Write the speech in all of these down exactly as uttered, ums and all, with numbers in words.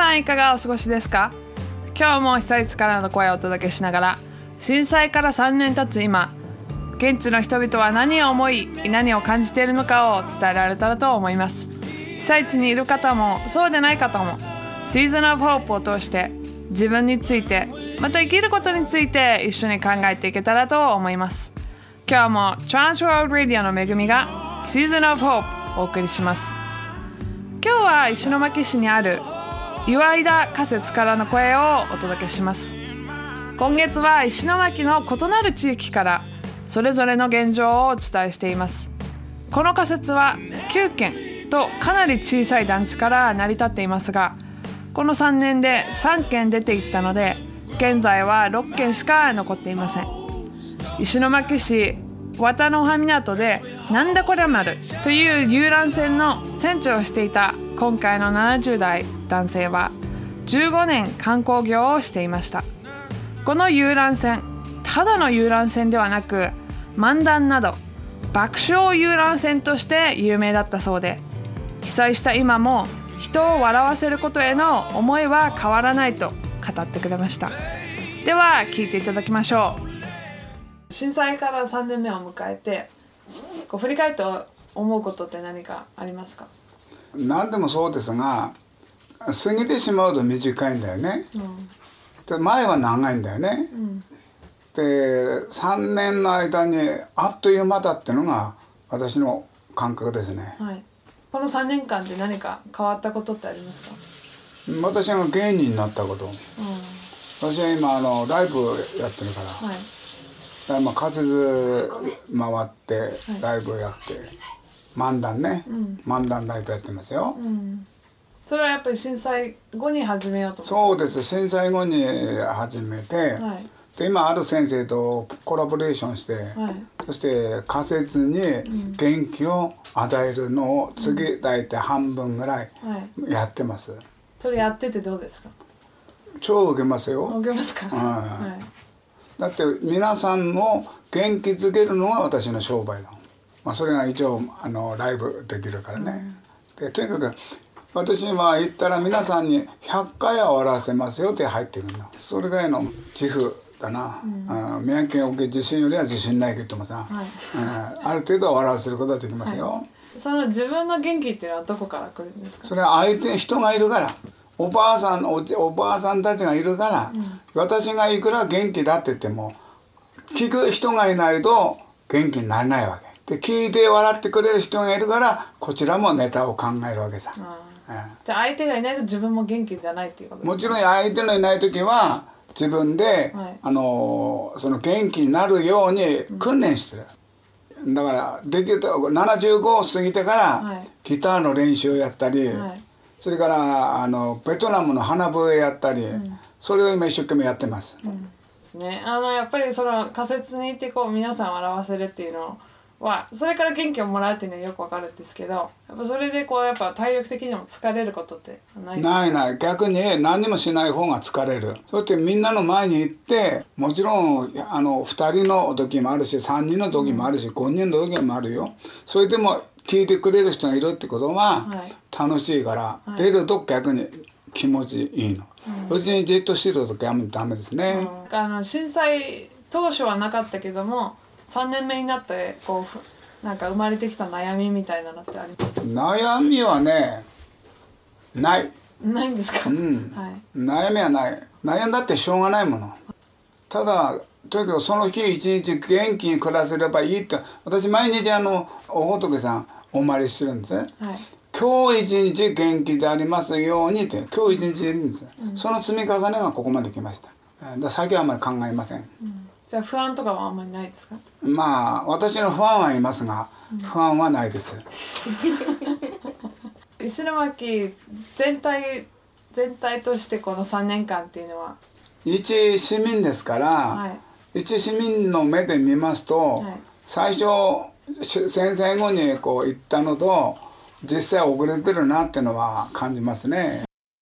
さんいかがお過ごしですか？今日も被災地からの声をお届けしながら、震災からさんねん経つ今、現地の人々は何を思い、何を感じているのかを伝えられたらと思います。被災地にいる方もそうでない方も、シーズンオブホープを通して自分について、また生きることについて一緒に考えていけたらと思います。今日も Transworld Radio の恵みがシーズンオブホープをお送りします。今日は石巻市にある岩井田仮設からの声をお届けします。今月は石巻の異なる地域からそれぞれの現状をお伝えしています。この仮設はきゅうけんとかなり小さい団地から成り立っていますが、このさんねんでさんけん出ていったので、現在はろっけんしか残っていません。石巻市渡の葉港でなんだこりゃ丸という遊覧船の船長をしていた今回のななじゅうだい男性はじゅうごねん観光業をしていました。この遊覧船、ただの遊覧船ではなく漫談など爆笑遊覧船として有名だったそうで、被災した今も人を笑わせることへの思いは変わらないと語ってくれました。では聞いていただきましょう。震災からさんねんめを迎えて、こう振り返って思うことって何かありますか？ 何でもそうですが、過ぎてしまうと短いんだよね、うん、で前は長いんだよね、うん、でさんねんの間にあっという間だってのが私の感覚ですね、 はい、このさんねんかんで何か変わったことってありますか？ 私が芸人になったこと、うん、私は今あのライブやってるから、はい、まあ仮設回ってライブをやって、はい、漫談ね、うん、漫談ライブやってますよ、うん、 それはやっぱり震災後に始めようと思って。そうです、震災後に始めて、はい、で今ある先生とコラボレーションして、はい、そして仮設に元気を与えるのを次大体半分ぐらいやってます、はい、 それやっててどうですか？ 超受けますよ。 受けますか、うんはい、だって皆さんを元気づけるのが私の商売だ、まあ、それが一応あのライブできるからね、うん、でとにかく私は言ったら皆さんにひゃっかいは笑わせますよって入ってくるの。それぐらいの自負だな、うん、あ宮城県沖自信よりは自信ないけどもさ、はいうん、ある程度は笑わせることはできますよ、はい、 その自分の元気っていうのはどこから来るんですか？ それは相手人がいるから、おばあさん お, おばあさんたちがいるから、うん、私がいくら元気だって言っても聞く人がいないと元気になれないわけで、聞いて笑ってくれる人がいるからこちらもネタを考えるわけさ、うんうん、じゃあ相手がいないと自分も元気じゃないっていうことですか？ もちろん相手のいない時は自分で、はい、あのその元気になるように訓練してる、うん、だからできるとななじゅうごを過ぎてから、はい、ギターの練習をやったり、はい、それからあのベトナムの花笛やったり、うん、それを今一生懸命やってます、うんですね、あのやっぱりその仮設に行ってこう皆さんを笑わせるっていうのはそれから元気をもらうっていうのはよくわかるんですけど、やっぱそれでこうやっぱ体力的にも疲れることってないですか？ ないない、逆に何にもしない方が疲れる。そうやってみんなの前に行って、もちろんあのふたりの時もあるしさんにんの時もあるし、うん、ごにんの時もあるよ。それでも聞いてくれる人がいるってことは楽しいから、はい、出ると逆に気持ちいいの。うち、うん、にじっとしてるとダメダメですね、 うん、あの震災当初はなかったけどもさんねんめになってこうなんか生まれてきた悩みみたいなのってありますか？ 悩みはねないないんですか、 うんはい、悩みはない。悩んだってしょうがないもの。ただとにかくその日一日元気に暮らせればいいって、私毎日あのお仏さんお参りしてるんですね、はい、今日一日元気でありますようにって今日一日いるんです、うん、その積み重ねがここまで来ました。だから最近はあんまり考えません、うんじゃあ不安とかはあんまりないですか？ まあ私の不安はいますが、うん、不安はないです石巻全体全体としてこのさんねんかんっていうのは一市民ですから、はい、一市民の目で見ますと、はい、最初戦争後にこう行ったのと実際遅れてるなっていうのは感じますね。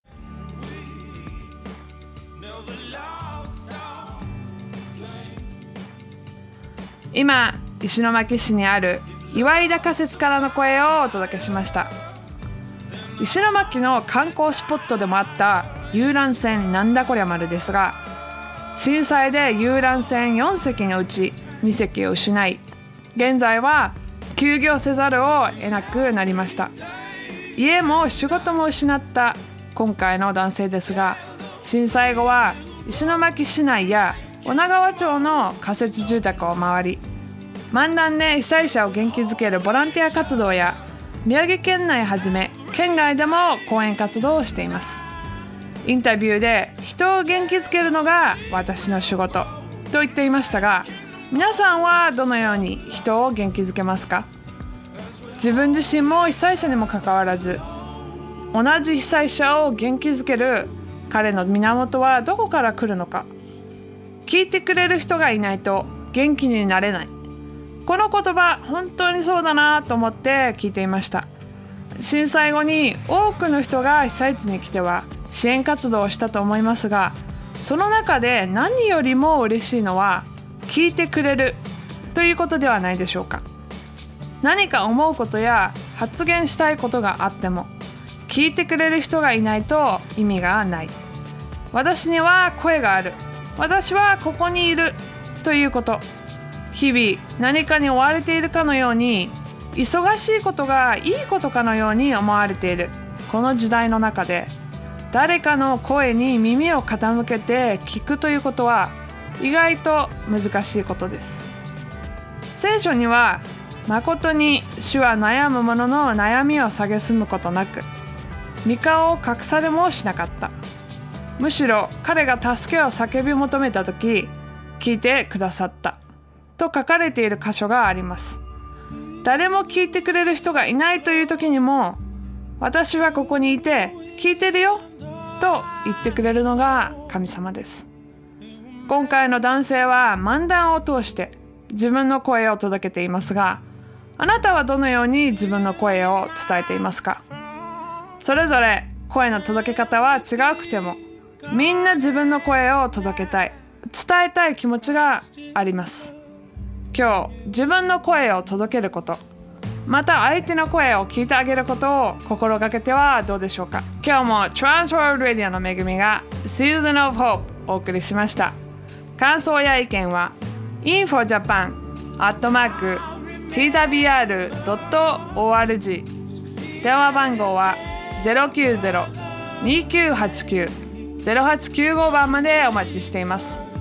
今石巻市にある岩井田仮設からの声をお届けしました。石巻の観光スポットでもあった遊覧船なんだこりゃ丸ですが、震災で遊覧船よんせきのうちにせきを失い、現在は休業せざるを得なくなりました。家も仕事も失った今回の男性ですが、震災後は石巻市内や女川町の仮設住宅を回り、漫談で被災者を元気づけるボランティア活動や、宮城県内はじめ県外でも講演活動をしています。インタビューで人を元気づけるのが私の仕事と言っていましたが、皆さんはどのように人を元気づけますか？自分自身も被災者にもかかわらず、同じ被災者を元気づける彼の源はどこから来るのか。聞いてくれる人がいないと元気になれない。この言葉本当にそうだなと思って聞いていました。震災後に多くの人が被災地に来ては支援活動をしたと思いますが、その中で何よりも嬉しいのは聞いてくれるということではないでしょうか。何か思うことや発言したいことがあっても、聞いてくれる人がいないと意味がない。私には声がある、私はここにいるということ。日々何かに追われているかのように、忙しいことがいいことかのように思われているこの時代の中で、誰かの声に耳を傾けて聞くということは意外と難しいことです。聖書には、誠に主は悩む者の悩みを蔑むことなく、御顔を隠されもしなかった。むしろ彼が助けを叫び求めたとき、聞いてくださったと書かれている箇所があります。誰も聞いてくれる人がいないという時にも、私はここにいて聞いてるよと言ってくれるのが神様です。今回の男性は漫談を通して自分の声を届けていますが、あなたはどのように自分の声を伝えていますか？それぞれ声の届け方は違うくても、みんな自分の声を届けたい、伝えたい気持ちがあります。今日自分の声を届けること、また相手の声を聞いてあげることを心がけてはどうでしょうか。今日も Transworld Radio の恵みが Season of Hope をお送りしました。感想や意見は インフォジャパン アットマーク ティーダブリューアール ドット オーアールジー 電話番号は ゼロきゅうゼロ にきゅうはちきゅう ゼロはちきゅうご 番までお待ちしています。